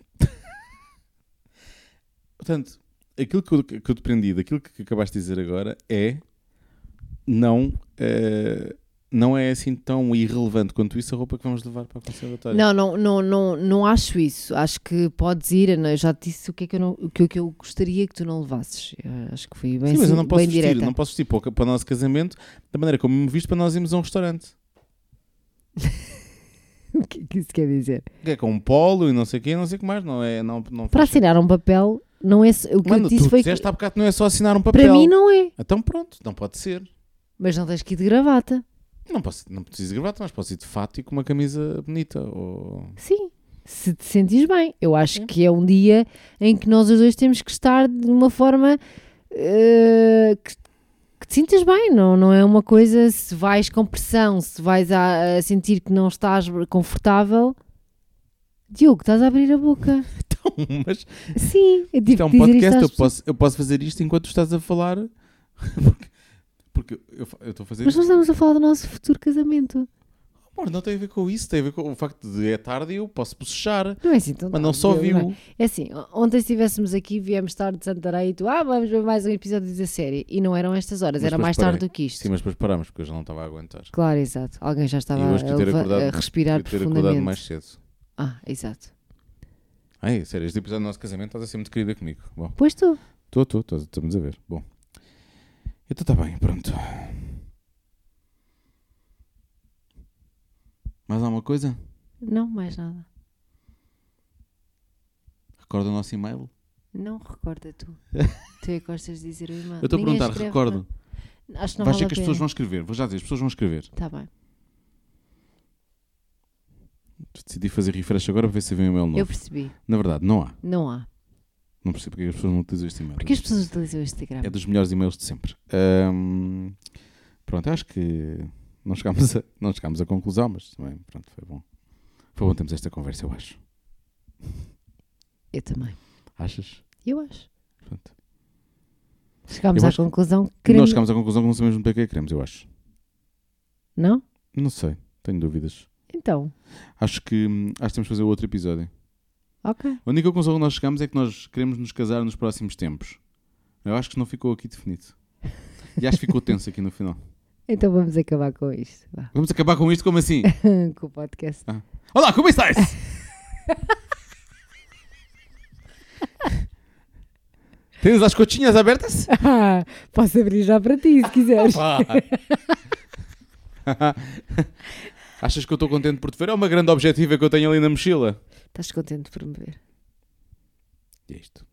Portanto, aquilo que eu, que eu deprendi daquilo que acabaste de dizer agora é não, eh, não é assim tão irrelevante quanto isso a roupa que vamos levar para a conservatória. Não, não, não, não, não acho isso. Acho que podes ir, Ana. Eu já te disse o que é que eu, não, o que, o que eu gostaria que tu não levasses. Eu acho que fui bem, Sim, mas eu não bem posso vestir, direta. não posso vestir para o, para o nosso casamento da maneira como me visto para nós irmos a um restaurante. O que é que isso quer dizer? Que é com um polo e não sei o quê, não sei o que mais, não é? Não, não Para faz assinar um papel, não é. O que Mano, eu te disse tu foi que. disseste há bocado que não é só assinar um papel. Para mim não é. Então pronto, não pode ser. Mas não tens que ir de gravata. Não, posso, não preciso de gravata, mas posso ir de fato e com uma camisa bonita. Ou... Sim. Se te sentires bem. Eu acho Sim. que é um dia em que nós os dois temos que estar de uma forma eh, que, que te sintas bem. Não, não é uma coisa se vais com pressão, se vais a, a sentir que não estás confortável. Diogo, estás a abrir a boca. Então, mas Sim, eu tive isto é um que dizer isto podcast, às eu pessoas. posso, eu posso fazer isto enquanto tu estás a falar. porque porque eu fa- eu estou a fazer Mas isto. nós estamos a falar do nosso futuro casamento. Amor, não tem a ver com isso, tem a ver com o facto de é tarde e eu posso bocejar. Não é assim tão Mas não tarde, só Diogo, não viu. é? É assim, ontem se estivéssemos aqui, viemos estar de Santarém e tu, ah, vamos ver mais um episódio da série. E não eram estas horas, Mas era depois mais parei. tarde do que isto. Sim, mas depois paramos porque eu já não estava a aguentar. Claro, exato. Alguém já estava E hoje a, que ter leva- acordado- a respirar Podia ter acordado profundamente. mais cedo. Ah, exato. Ai, sério, este episódio do nosso casamento estás a ser muito querida comigo. Bom, Pois tu. estou, estou, estou, estamos a ver. Bom, então está bem, pronto. Mais alguma coisa? Não, mais nada. Recorda o nosso e-mail? Não recorda tu. Tu é que gostas de dizer o e-mail. Eu estou a Ninguém perguntar, escreve, recordo. não. Acho que não Vais vale ver a que as pena. pessoas vão escrever. Vou já dizer, as pessoas vão escrever. Tá bem. Decidi fazer refresh agora para ver se vem um e-mail novo. Eu percebi. Na verdade, não há. Não há. Não percebo porque as pessoas não utilizam este e-mail. Porque as pessoas utilizam o Instagram. É dos melhores e-mails de sempre. Ahm, pronto, acho que não chegámos, a, não chegámos à conclusão, mas também, pronto, foi bom. Foi bom termos esta conversa, eu acho. Eu também. Achas? Eu acho. Pronto. Chegámos Eu à acho que conclusão que Nós queremos... chegámos à conclusão que não sabemos muito bem o que é que queremos, eu acho. Não? Não sei, tenho dúvidas. Então. Acho que, hum, acho que temos de fazer outro episódio. Ok. A única conclusão que nós chegamos é que nós queremos nos casar nos próximos tempos. Eu acho que não ficou aqui definido. E acho que ficou tenso aqui no final. Então vamos acabar com isto. Vá. Vamos acabar com isto como assim? Com o podcast. Ah. Olá, como estás? Tens as cotinhas abertas? Ah, posso abrir já para ti, se quiseres. Achas que eu estou contente por te ver? É uma grande objetiva que eu tenho ali na mochila. Estás contente por me ver? E é isto.